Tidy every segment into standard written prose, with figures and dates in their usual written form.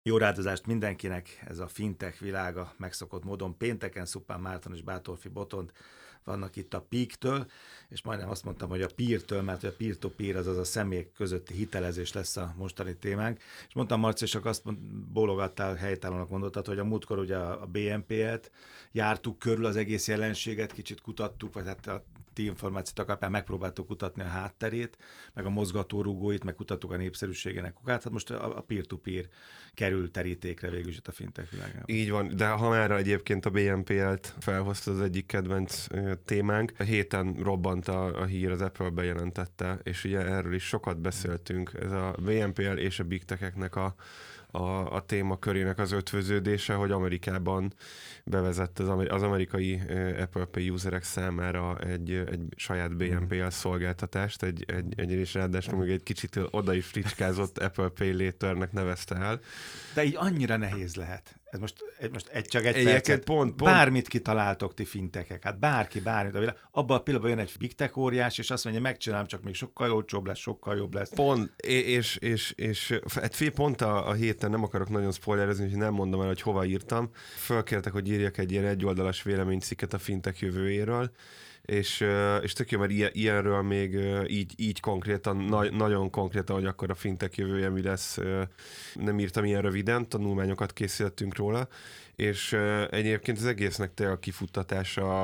Jó rádozást mindenkinek, ez a fintech világa megszokott módon. Pénteken Szupán Márton és Bátorfi Botond vannak itt a Peak-től, és majdnem azt mondtam, hogy a peer-től, mert a peer-to-peer, azaz a személyek közötti hitelezés lesz a mostani témánk. És mondtam, Marci, csak azt bólogattál, helytállónak mondottad, hogy a múltkor ugye a BNP-et jártuk körül az egész jelenséget, kicsit kutattuk, vagy hát a ti információt alapján megpróbáltuk kutatni a hátterét, meg a mozgatórugóit, meg kutattuk a népszerűségének okát. Hát most a peer-to-peer kerül terítékre végül is itt a fintech világában. Így van, de ha már egyébként a BNPL-t felhozta az egyik kedvenc témánk, a héten robbant a hír, az Apple bejelentette, és ugye erről is sokat beszéltünk, ez a BNPL és a big tech-eknek a témakörének az ötvöződése, hogy Amerikában bevezett az amerikai Apple Pay userek számára egy saját BNPL szolgáltatást, és ráadásul még egy kicsit oda is fricskázott Apple Pay Laternek nevezte el. De így annyira nehéz lehet. Ez most csak egy percet. Pont. Bármit kitaláltok ti fintekek, hát bármit. Abban a pillanatban jön egy big tech óriás, és azt mondja, megcsinálom, csak még sokkal olcsóbb lesz, sokkal jobb lesz. Pont, és pont a héten nem akarok nagyon spoilerezni, hogy nem mondom el, hogy hova írtam. Fölkértek, hogy írjak egy ilyen egyoldalas véleménycikket a fintech jövőjéről, és tök jó, mert ilyenről még így konkrétan, nagyon konkrétan, hogy akkor a fintech jövője mi lesz, nem írtam ilyen röviden, tanulmányokat készítettünk róla, és egyébként az egésznek tényleg a kifuttatása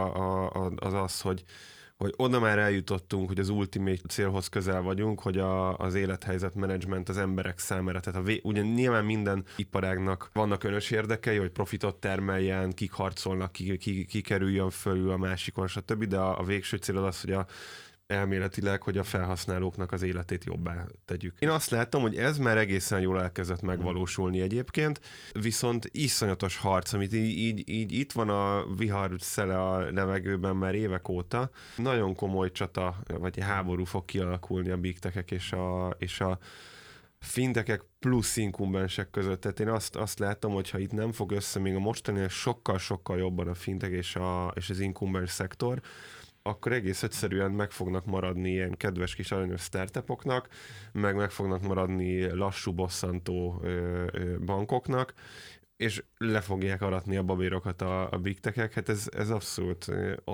az, hogy oda már eljutottunk, hogy az ultimate célhoz közel vagyunk, hogy az élethelyzet menedzsment az emberek számára, tehát ugye nyilván minden iparágnak vannak önös érdekei, hogy profitot termeljen, kik harcolnak, ki kerüljön fölül a másikon, stb., de a végső cél az, hogy elméletileg, hogy a felhasználóknak az életét jobbá tegyük. Én azt látom, hogy ez már egészen jól elkezdett megvalósulni egyébként, viszont iszonyatos harc, amit így itt van a vihar szele a levegőben már évek óta, nagyon komoly csata, vagy háború fog kialakulni a big tech-ek és a fintekek plusz inkumbensek között. Tehát én azt látom, hogy ha itt nem fog össze még a mostani sokkal-sokkal jobban a fintek és az inkumbens szektor, akkor egész egyszerűen meg fognak maradni ilyen kedves kis aranyos startupoknak, meg fognak maradni lassú, bosszantó bankoknak, és le fogják aratni a babérokat a big tech-ek. Hát ez abszolút.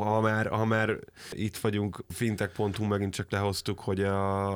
Ha már itt vagyunk, fintech.hu megint csak lehoztuk, hogy a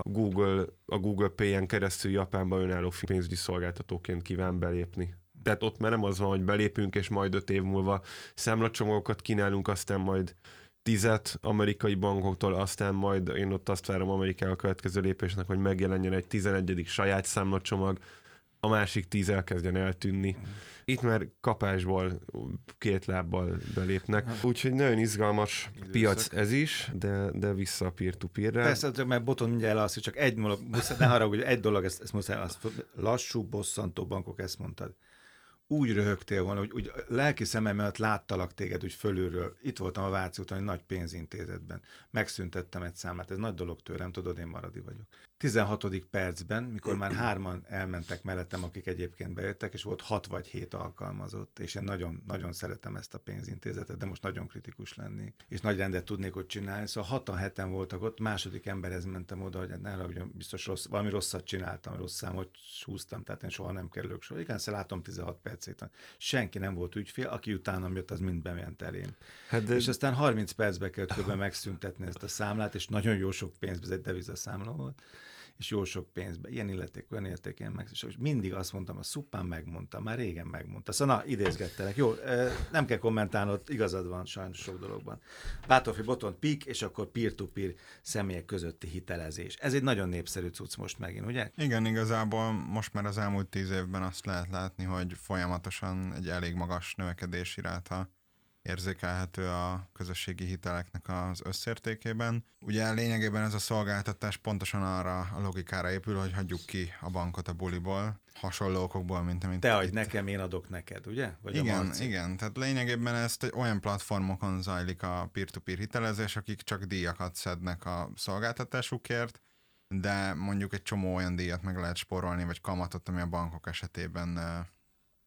Google Pay-en keresztül Japánba önálló pénzügyi szolgáltatóként kíván belépni. Tehát ott már nem az van, hogy belépünk, és majd 5 év múlva számlacsomagokat kínálunk, aztán majd 10 amerikai bankoktól, aztán majd én ott azt várom Amerikába a következő lépésnek, hogy megjelenjen egy 11. saját számlacsomag, a másik 10 elkezdjen eltűnni. Itt már kapásból 2 lábbal belépnek. Úgyhogy nagyon izgalmas piac ez is, de vissza a peer-to-peer-re. Persze, mert Boton mindjárt azt, hogy csak egy dolog, ne haragudj, egy dolog, ezt muszáj, lassú, bosszantó bankok, ezt mondtad. Úgy röhögtél volna, hogy úgy lelki szemem előtt láttalak téged úgy fölülről. Itt voltam a Váci úton egy nagy pénzintézetben. Megszüntettem egy számlát, ez nagy dolog tőlem, tudod, én maradi vagyok. 16. percben, mikor már 3-an elmentek mellettem, akik egyébként bejöttek, és volt 6 vagy 7 alkalmazott, és én nagyon, nagyon szeretem ezt a pénzintézetet, de most nagyon kritikus lennék, és nagy rendet tudnék ott csinálni. Szóval 6-7-en voltak ott, második emberhez mentem oda, hogy ne haragudjon, biztos valami rosszat csináltam, rossz számot húztam, tehát én soha nem kerülök sor. Igen, látom 16 percét. Senki nem volt ügyfél, aki utánam jött, az mind bement elém. És aztán 30 percbe kellett kb. Megszüntetni ezt a számlát, és nagyon jó sok pénzbe, ez egy devizaszámla volt, és jó sok pénzbe, ilyen illeték, olyan értéken meg, és mindig azt mondtam, a Szupán megmondta, már régen megmondta. Szóval na, idézgettelek. Jó, nem kell kommentálnod, igazad van sajnos sok dologban. Bátorfi Botond Peak, és akkor peer-to-peer személyek közötti hitelezés. Ez egy nagyon népszerű cucc most megint, ugye? Igen, igazából most már az elmúlt 10 évben azt lehet látni, hogy folyamatosan egy elég magas növekedési ráta érzékelhető a közösségi hiteleknek az összértékében. Ugye lényegében ez a szolgáltatás pontosan arra a logikára épül, hogy hagyjuk ki a bankot a buliból, hasonló okokból, mint amit... Te adj nekem, én adok neked, ugye? Vagy igen, tehát lényegében ezt olyan platformokon zajlik a peer-to-peer hitelezés, akik csak díjakat szednek a szolgáltatásukért, de mondjuk egy csomó olyan díjat meg lehet spórolni, vagy kamatot, ami a bankok esetében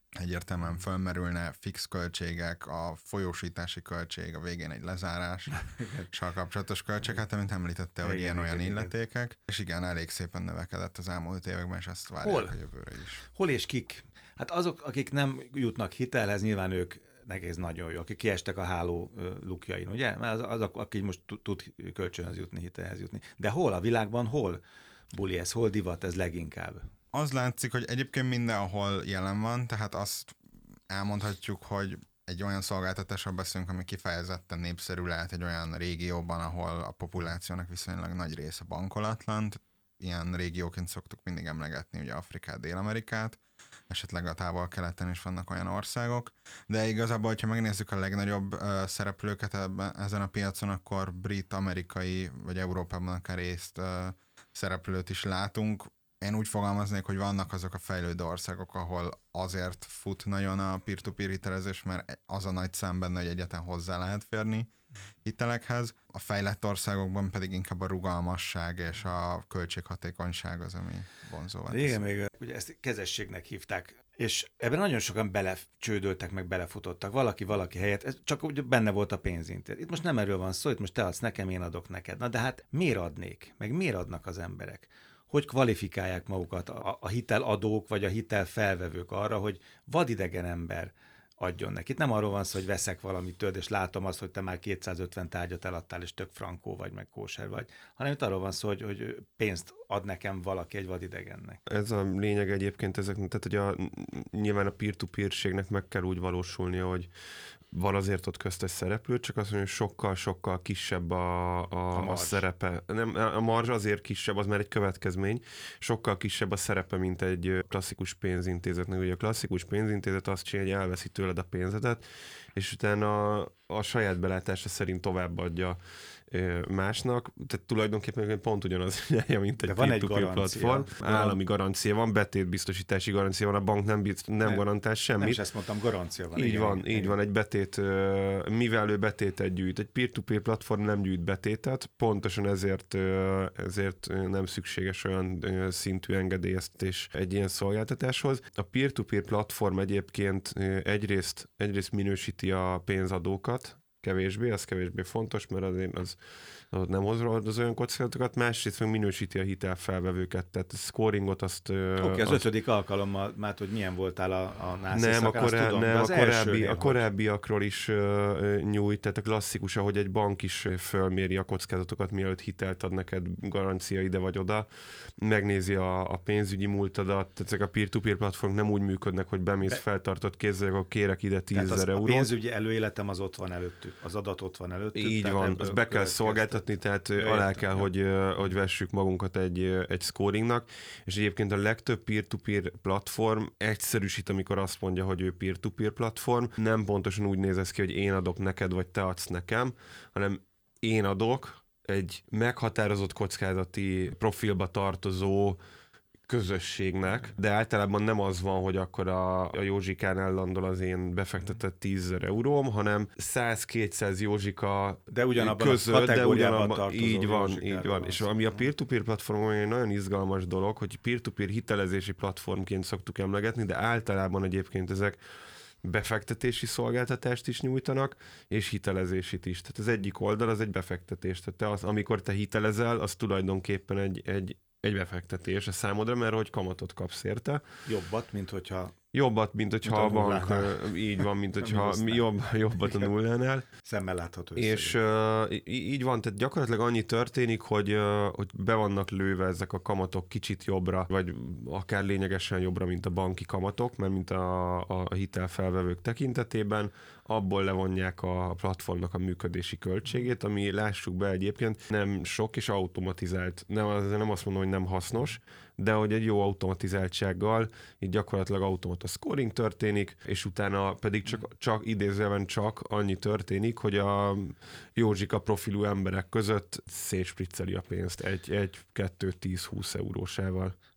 egyértelműen fölmerülne fix költségek, a folyósítási költség, a végén egy lezárással kapcsolatos költség, hát amit említette, hogy ilyen-olyan illetékek, és igen, elég szépen növekedett az elmúlt években, és ezt várják a jövőre is. Hol és kik? Hát azok, akik nem jutnak hitelhez, nyilván ők egész nagyon jó, akik kiestek a háló lukjain, ugye? Mert azok, aki most tud kölcsönhöz jutni, hitelhez jutni. De hol a világban, hol buli ez, hol divat ez leginkább? Az látszik, hogy egyébként mindenhol jelen van, tehát azt elmondhatjuk, hogy egy olyan szolgáltatásról beszélünk, ami kifejezetten népszerű lehet egy olyan régióban, ahol a populációnak viszonylag nagy része bankolatlan. Ilyen régióként szoktuk mindig emlegetni ugye Afrikát, Dél-Amerikát, esetleg a távol-keleten is vannak olyan országok, de igazából, hogyha megnézzük a legnagyobb szereplőket ezen a piacon, akkor brit, amerikai vagy Európában akár részt szereplőt is látunk. Én úgy fogalmaznék, hogy vannak azok a fejlődő országok, ahol azért fut nagyon a peer-to-peer hitelezés, mert az a nagy szám benne, hogy egyáltalán hozzá lehet férni hitelekhez. A fejlett országokban pedig inkább a rugalmasság és a költséghatékonyság az, ami vonzóvá teszi. Igen, még ugye ezt kezességnek hívták, és ebben nagyon sokan belecsődöltek, meg belefutottak. Valaki helyett, ez csak ugye benne volt a pénzintézet. Itt most nem erről van szó, itt most te adsz nekem, én adok neked. Na de hát miért adnék? Meg miért adnak az emberek? Hogy kvalifikálják magukat a hiteladók, vagy a hitelfelvevők arra, hogy vadidegen ember adjon neki. Itt nem arról van szó, hogy veszek valamit tőled, és látom azt, hogy te már 250 tárgyat eladtál, és tök frankó vagy, meg kóser vagy, hanem itt arról van szó, hogy pénzt ad nekem valaki egy vadidegennek. Ez a lényeg egyébként ezeknek, tehát hogy nyilván a peer-to-peerségnek meg kell úgy valósulnia, hogy van azért ott köztes szereplő, csak azt mondja, hogy sokkal kisebb a szerepe. Nem, a marzs azért kisebb, az már egy következmény, sokkal kisebb a szerepe, mint egy klasszikus pénzintézetnek. Ugye a klasszikus pénzintézet azt csinálja, hogy elveszi tőled a pénzedet, és utána a saját belátása szerint továbbadja másnak, tehát tulajdonképpen pont ugyanaz csinálja, mint egy peer-to-peer platform. Állami garancia van, betétbiztosítási garancia van, a bank nem garantál semmit. Nem is ezt mondtam, garancia van. Így van, egy betét, mivel ő betétet gyűjt. Egy peer-to-peer platform nem gyűjt betétet, pontosan ezért nem szükséges olyan szintű engedélyeztetés egy ilyen szolgáltatáshoz. A peer-to-peer platform egyébként egyrészt minősíti a pénzadókat, az kevésbé fontos, mert az nem hoz az olyan kockázatokat, másrészt meg minősíti a hitelfelvevőket, tehát a scoringot azt... Oké, az 5. alkalommal már, hogy milyen voltál a NASZ a korábbiakról is nyújt, tehát a klasszikus, ahogy egy bank is fölméri a kockázatokat, mielőtt hitelt ad neked, garancia ide vagy oda, megnézi a pénzügyi múltadat, tehát ezek a peer-to-peer platformok nem úgy működnek, hogy bemész feltartott kézzel, akkor kérek ide 10 000 eurót. A pénzügyi előéletem az ott van előttük, az adat ott van előttük. Így van, azt be kell szolgáltatni, tehát alá kell, hogy vessük magunkat egy scoringnak, és egyébként a legtöbb peer-to-peer platform egyszerűsít, amikor azt mondja, hogy ő peer-to-peer platform, nem pontosan úgy néz ez ki, hogy én adok neked, vagy te adsz nekem, hanem én adok egy meghatározott kockázati profilba tartozó közösségnek, de általában nem az van, hogy akkor a Józsikánál landol az én befektetett 10 000 euróm, hanem 100-200 Józsika de ugyanabban között, de ugyanabban így van. És ami a peer-to-peer platformon egy nagyon izgalmas dolog, hogy peer-to-peer hitelezési platformként szoktuk emlegetni, de általában egyébként ezek befektetési szolgáltatást is nyújtanak, és hitelezését is. Tehát az egyik oldal az egy befektetés. Tehát amikor te hitelezel, az tulajdonképpen egy befektetés a számodra, mert hogy kamatot kapsz érte. Jobbat, mint hogyha a bank, így van, mint hogyha jobbat a nullánál. Szemmel látható. És így van, tehát gyakorlatilag annyi történik, hogy be vannak lőve ezek a kamatok kicsit jobbra, vagy akár lényegesen jobbra, mint a banki kamatok, mert mint a hitelfelvevők tekintetében, abból levonják a platformnak a működési költségét, ami lássuk be egyébként nem sok és automatizált. Nem azt mondom, hogy nem hasznos, de hogy egy jó automatizáltsággal így gyakorlatilag automata scoring történik, és utána pedig csak idézőjelben csak annyi történik, hogy a Józsika profilú emberek között szétspricceli a pénzt 1, 2, 10, 20 eurósával.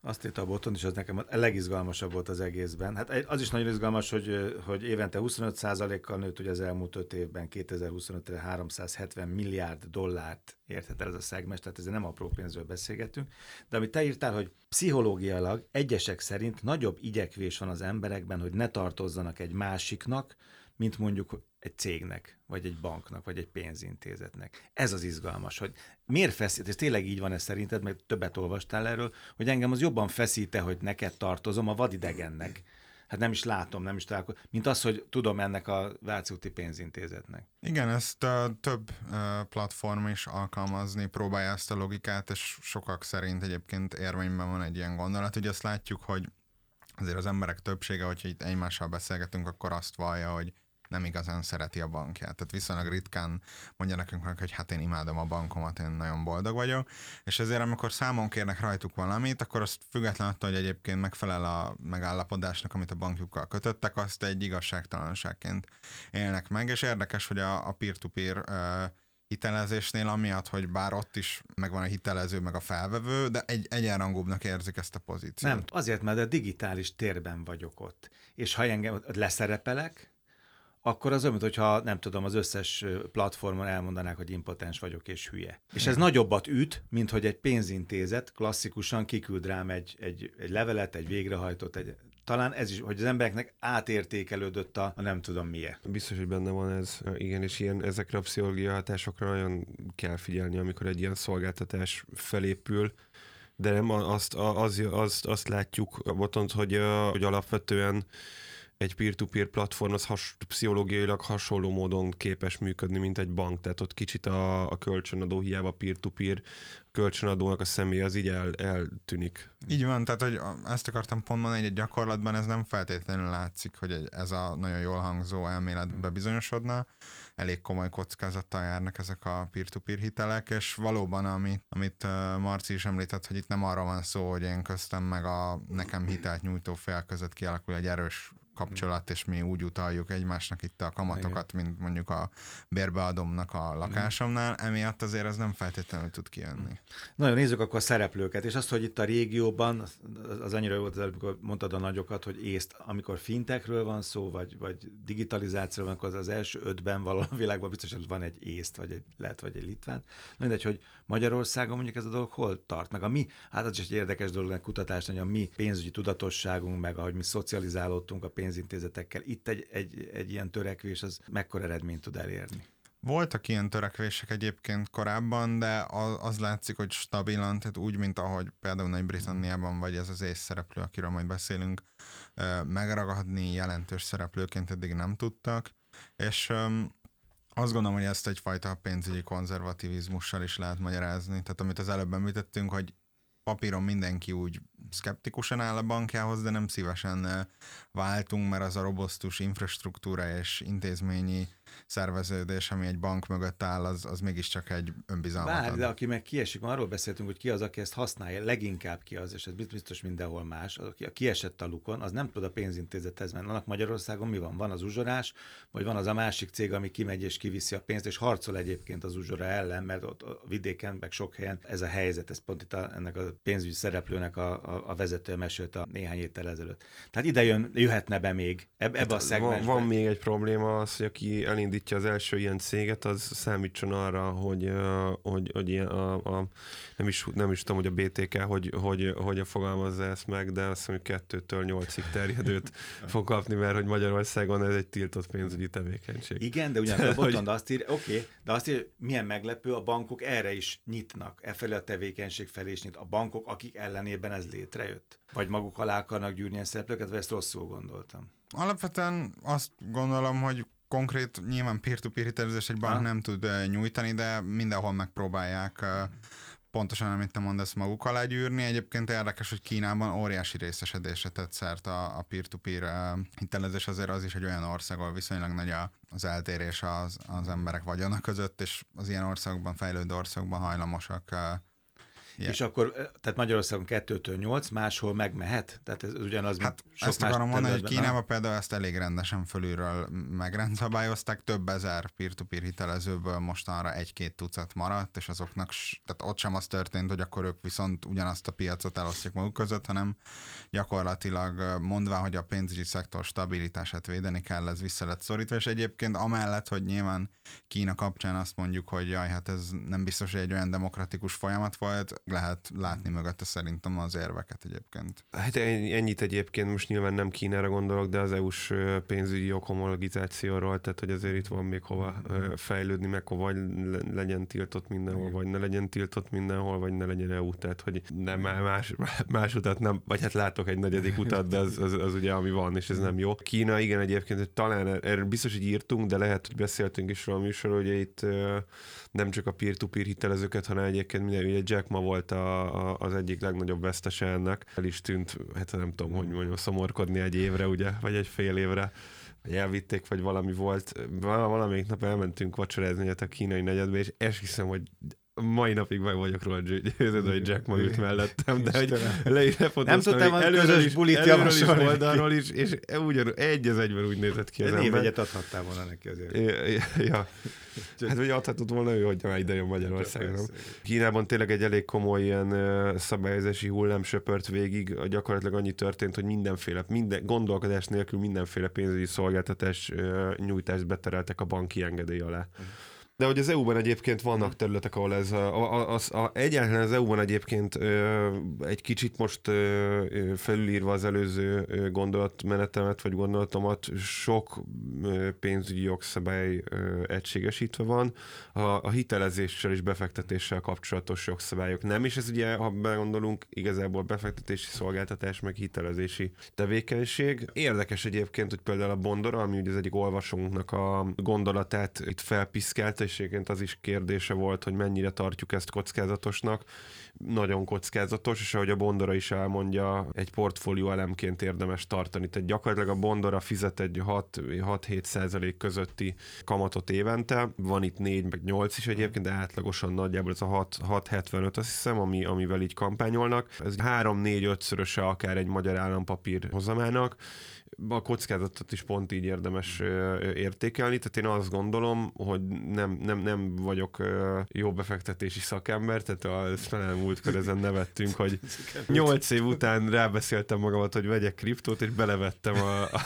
Azt írta a Botond, és az nekem a legizgalmasabb volt az egészben. Hát az is nagyon izgalmas, hogy évente 25%-kal nőtt ugye az elmúlt 5 évben, 2025-re 370 milliárd dollárt érhet el ez a szegmens, tehát ezzel nem apró pénzről beszélgetünk. De amit te írtál, hogy pszichológiailag egyesek szerint nagyobb igyekvés van az emberekben, hogy ne tartozzanak egy másiknak, mint mondjuk egy cégnek, vagy egy banknak, vagy egy pénzintézetnek. Ez az izgalmas, hogy miért feszít, ez tényleg így van ez szerinted, mert többet olvastál erről, hogy engem az jobban feszít-e, hogy neked tartozom a vadidegennek. Hát nem is látom, nem is találkozom, mint az, hogy tudom ennek a Váci úti pénzintézetnek. Igen, ezt több platform is alkalmazni próbálja ezt a logikát, és sokak szerint egyébként érvényben van egy ilyen gondolat. Ugye azt látjuk, hogy azért az emberek többsége, hogyha itt egymással beszélgetünk, akkor azt vallja, hogy nem igazán szereti a bankját. Tehát viszonylag ritkán mondja nekünk meg, hogy hát én imádom a bankomat, én nagyon boldog vagyok, és ezért amikor számon kérnek rajtuk valamit, akkor azt független attól, hogy egyébként megfelel a megállapodásnak, amit a bankjukkal kötöttek, azt egy igazságtalanságként élnek meg, és érdekes, hogy a peer-to-peer hitelezésnél, amiatt, hogy bár ott is megvan a hitelező, meg a felvevő, de egyenrangúbbnak érzik ezt a pozíciót. Nem, azért, mert a digitális térben vagyok ott. És ha engem leszerepelek, akkor az olyan, mintha nem tudom, az összes platformon elmondanák, hogy impotens vagyok és hülye. És ez nagyobbat üt, mint hogy egy pénzintézet klasszikusan kiküld rám egy levelet, egy végrehajtott, talán ez is, hogy az embereknek átértékelődött a nem tudom milyen. Biztos, hogy benne van ez, igen, és ezekre a pszichológiai hatásokra nagyon kell figyelni, amikor egy ilyen szolgáltatás felépül, de nem azt látjuk, Botond, hogy alapvetően egy peer-to-peer platform az pszichológiailag hasonló módon képes működni, mint egy bank, tehát ott kicsit a kölcsönadó, hiába peer-to-peer kölcsönadónak a személye az így eltűnik. Így van, tehát hogy ezt akartam pont mondani, hogy egy gyakorlatban ez nem feltétlenül látszik, hogy ez a nagyon jól hangzó elmélet bebizonyosodna. Elég komoly kockázattal járnak ezek a peer-to-peer hitelek, és valóban, amit Marci is említett, hogy itt nem arra van szó, hogy én köztem meg a nekem hitelt nyújtó fél között kialakul egy erős kapcsolat, és mi úgy utaljuk egymásnak itt a kamatokat, mint mondjuk a bérbeadomnak a lakásomnál, emiatt azért ez nem feltétlenül tud kijönni. Nagyon nézzük akkor a szereplőket, és azt, hogy itt a régióban, az annyira jó volt, amikor mondtad a nagyokat, hogy észt, amikor fintekről van szó, vagy digitalizációról van, akkor az első 5-ben valahol a világban biztos, hogy van egy észt, vagy egy litván. Mindegy, hogy Magyarországon mondjuk ez a dolog hol tart, meg a mi, hát az is egy érdekes dolog, kutatás, hogy a mi pénzügyi tudatosságunk, meg ahogy mi szocializálódtunk a pénzintézetekkel, itt egy ilyen törekvés, az mekkora eredményt tud elérni? Voltak ilyen törekvések egyébként korábban, de az látszik, hogy stabilan, tehát úgy, mint ahogy például Nagy-Britanniában vagy ez az észszereplő, akiről majd beszélünk, megragadni jelentős szereplőként eddig nem tudtak, és azt gondolom, hogy ezt egyfajta pénzügyi konzervativizmussal is lehet magyarázni. Tehát amit az előbb említettünk, hogy papíron mindenki úgy szkeptikusan áll a bankjához, de nem szívesen váltunk, mert az a robosztus infrastruktúra és intézményi szerveződés, ami egy bank mögött áll, az mégiscsak egy önbizalmat ad. De aki meg kiesik, arról beszéltünk, hogy ki az, aki ezt használja, leginkább ki az, és ez biztos mindenhol más, az, aki kiesett a lukon, az nem tud a pénzintézethez menni. Annak Magyarországon mi van? Van az uzsorás, vagy van az a másik cég, ami kimegy és kiviszi a pénzt, és harcol egyébként az uzsora ellen, mert ott a vidéken, meg sok helyen ez a helyzet, ez pont itt ennek a pénzügyi szereplőnek a vezetője mesélte a néhány héttel ezelőtt. Tehát ide jöhetne be még ebbe a szegmensben. Van még egy probléma az, hogy aki elindítja az első ilyen céget, az számítson arra, hogy ilyen nem is tudom, hogy a BTK hogy fogalmazza ezt meg, de azt mondjuk 2-től 8-ig terjedőt fog kapni, mert hogy Magyarországon ez egy tiltott pénzügyi tevékenység. Igen, de ugyanakkor Botond azt írja, de azt írja, milyen meglepő, a bankok erre is nyitnak, efelé a tevékenység felé is nyit. A bankok, akik ellenében ez létrejött? Vagy maguk alá akarnak gyűrni a szereplőket, vagy ezt rosszul gondoltam? Alapvetően azt gondolom, hogy konkrét, nyilván peer-to-peer hitelezés egy bank nem tud nyújtani, de mindenhol megpróbálják pontosan, amit te mondasz, maguk alá gyűrni. Egyébként érdekes, hogy Kínában óriási részesedésre tett szert a peer-to-peer hitelezés, azért az is egy olyan ország, ahol viszonylag nagy az eltérés az emberek vagyona között, és az ilyen országokban, fejlődő országokban hajlamosak És akkor, tehát Magyarországon 2-től 8, máshol megmehet? Tehát ez ugyanaz, Hát sok ezt más akarom mondani, hogy területben, Kínában például ezt elég rendesen fölülről megrendszabályozták, több ezer peer-to-peer hitelezőből mostanra 1-2 tucat maradt, és azoknak, tehát ott sem az történt, hogy akkor ők viszont ugyanazt a piacot elosztják maguk között, hanem gyakorlatilag mondván, hogy a pénzügyi szektor stabilitását védeni kell, ez vissza lett szorítva, és egyébként amellett, hogy nyilván Kína kapcsán azt mondjuk, hogy jaj, hát ez nem biztos, hogy egy olyan demokratikus folyamat volt, lehet látni mögötte szerintem az érveket egyébként. Hát ennyit egyébként, most nyilván nem Kínára gondolok, de az EU-s pénzügyi joghomogizációról, tehát hogy azért itt van még hova fejlődni, meg vagy legyen tiltott mindenhol, vagy ne legyen tiltott mindenhol, vagy ne legyen EU, tehát hogy nem más utat nem, vagy hát látok egy negyedik utat, de az ugye ami van, és ez nem jó. Kína, igen, egyébként talán erről biztos, hogy írtunk, de lehet, hogy beszéltünk is róla a műsorról, hogy itt nem csak a peer-to-peer hitelezőket, hanem egyébként minden, ugye Jack Ma volt az egyik legnagyobb vesztese ennek. El is tűnt, hát nem tudom, hogy mondjam, szomorkodni egy évre, ugye, vagy egy fél évre, vagy elvitték, vagy valami volt. Valamelyik nap elmentünk vacsorázni a kínai negyedbe, és esküszöm, hogy mai napig meg vagyok róla győződve, hogy Jack Ma ült mellettem, de hogy nem tudtam, hogy közös bulit javasolni oldalról is, és egy az egyben úgy nézett ki az ember. Névegyet adhattál volna neki azért. Ja. Hát, hogy adhatott volna ő, hogy már ide jön Magyarországra. Kínában tényleg egy elég komoly ilyen szabályozási hullám söpört végig. Gyakorlatilag annyi történt, hogy minden gondolkodás nélkül mindenféle pénzügyi szolgáltatás nyújtást betereltek a banki engedély alá. De hogy az EU-ban egyébként vannak területek, ahol ez egyáltalán az EU-ban egyébként egy kicsit most felülírva az előző gondolatmenetemet, vagy gondolatomat, sok pénzügyi jogszabály egységesítve van. A hitelezéssel és befektetéssel kapcsolatos jogszabályok nem, és ez ugye, ha begondolunk, igazából befektetési szolgáltatás, meg hitelezési tevékenység. Érdekes egyébként, hogy például a Bondora, ami ugye az egyik olvasónknak a gondolatát itt felpiszkálta, és egyébként az is kérdése volt, hogy mennyire tartjuk ezt kockázatosnak. Nagyon kockázatos, és ahogy a Bondora is elmondja, egy portfólió elemként érdemes tartani. Tehát gyakorlatilag a Bondora fizet egy 6-7% közötti kamatot évente. Van itt 4 meg 8 is egyébként, de átlagosan nagyjából ez a 6,75 azt hiszem, amivel így kampányolnak. Ez 3-4-5-szöröse akár egy magyar állampapír hozamának. A kockázatot is pont így érdemes értékelni, tehát én azt gondolom, hogy nem vagyok jó befektetési szakember, tehát talán múltkor ezen nevettünk, hogy 8 év után rábeszéltem magamat, hogy vegyek kriptót, és belevettem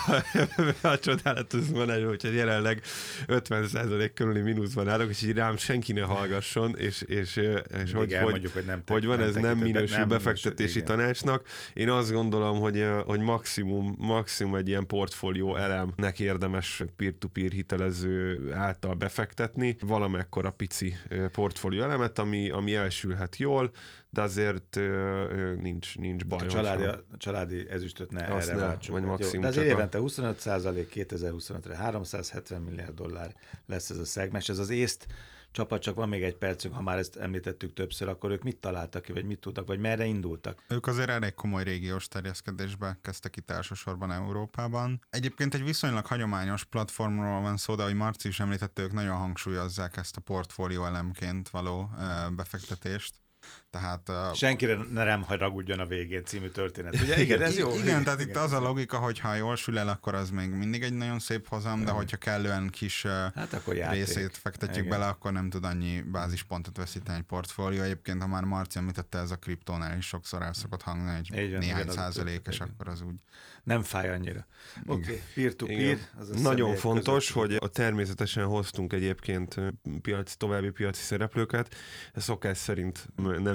a csodálatos menedzsbe, úgyhogy jelenleg 50% körüli mínuszban állok, és így rám senki ne hallgasson, és hogy van, ez nem minősül befektetési tanácsnak. Én azt gondolom, hogy maximum egy ilyen portfólió elemnek érdemes peer-to-peer hitelező által befektetni. Valamekkora pici portfólió elemet, ami elsülhet jól, de azért nincs baj. A családi ezüstöt ne erre váltsuk. De azért évente 25%, 2025-re 370 milliárd dollár lesz ez a szegmens. Ez az észt csapat, csak van még egy percünk, ha már ezt említettük többször, akkor ők mit találtak ki, vagy mit tudtak, vagy merre indultak? Ők azért elég komoly régiós terjeszkedésbe kezdtek itt elsősorban Európában. Egyébként egy viszonylag hagyományos platformról van szó, de ahogy Marci is említette, ők nagyon hangsúlyozzák ezt a portfólió elemként való befektetést. Tehát, senkire nem haragudjon a végén című történet. Ugye? Igen, ez jó. Igen, tehát itt az a logika, hogy ha jól sül el, akkor az még mindig egy nagyon szép hozam, de hogyha kellően kis részét fektetjük bele, akkor nem tud annyi bázispontot veszíteni egy portfólió. Egyébként, ha már Marci említette, ez a kriptónál is sokszor el szokott hangzni, hogy néhány százalékos, akkor az úgy nem fáj annyira. Oké, peer-to-peer. Nagyon fontos, hogy természetesen hoztunk egyébként további piaci szereplőket. Szokás szerint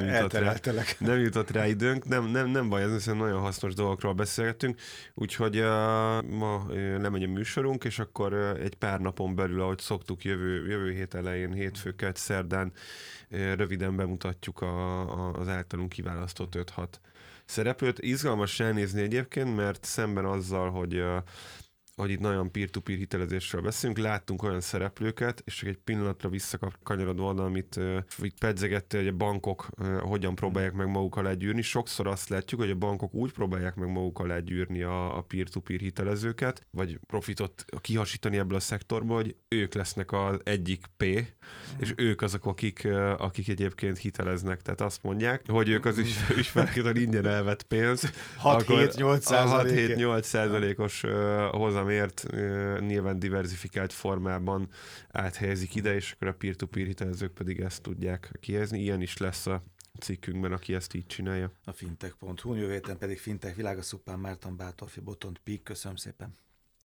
nem jutott rá időnk. Nem baj, ez nagyon hasznos dolgokról beszélgetünk. Úgyhogy ma lemegy a műsorunk, és akkor egy pár napon belül, ahogy szoktuk jövő hét elején, hétfőket, szerdán röviden bemutatjuk az általunk kiválasztott 5-6 szereplőt. Izgalmas elnézni egyébként, mert szemben azzal, hogy hogy itt nagyon peer-to-peer hitelezésről beszélünk, láttunk olyan szereplőket, és csak egy pillanatra visszakanyarodva oda, amit itt pedzegettél, hogy a bankok hogyan próbálják meg maguk alá gyűrni. Sokszor azt látjuk, hogy a bankok úgy próbálják meg maguk alá gyűrni a peer-to-peer hitelezőket, vagy profitot kihasítani ebből a szektorból, hogy ők lesznek az egyik P, és ők azok, akik egyébként hiteleznek. Tehát azt mondják, hogy ők az ügyfelekről ingyen elvett pénz. 6-7-8%-os hozamért nyilván diverzifikált formában áthelyezik ide, és akkor a peer-to-peer hitelezők pedig ezt tudják kihelyezni. Ilyen is lesz a cikkünkben, aki ezt így csinálja. A fintech.hu, jövő héten pedig Fintech Világa, Szupán Márton, Bátorfi, Botont Pík. Köszönöm szépen!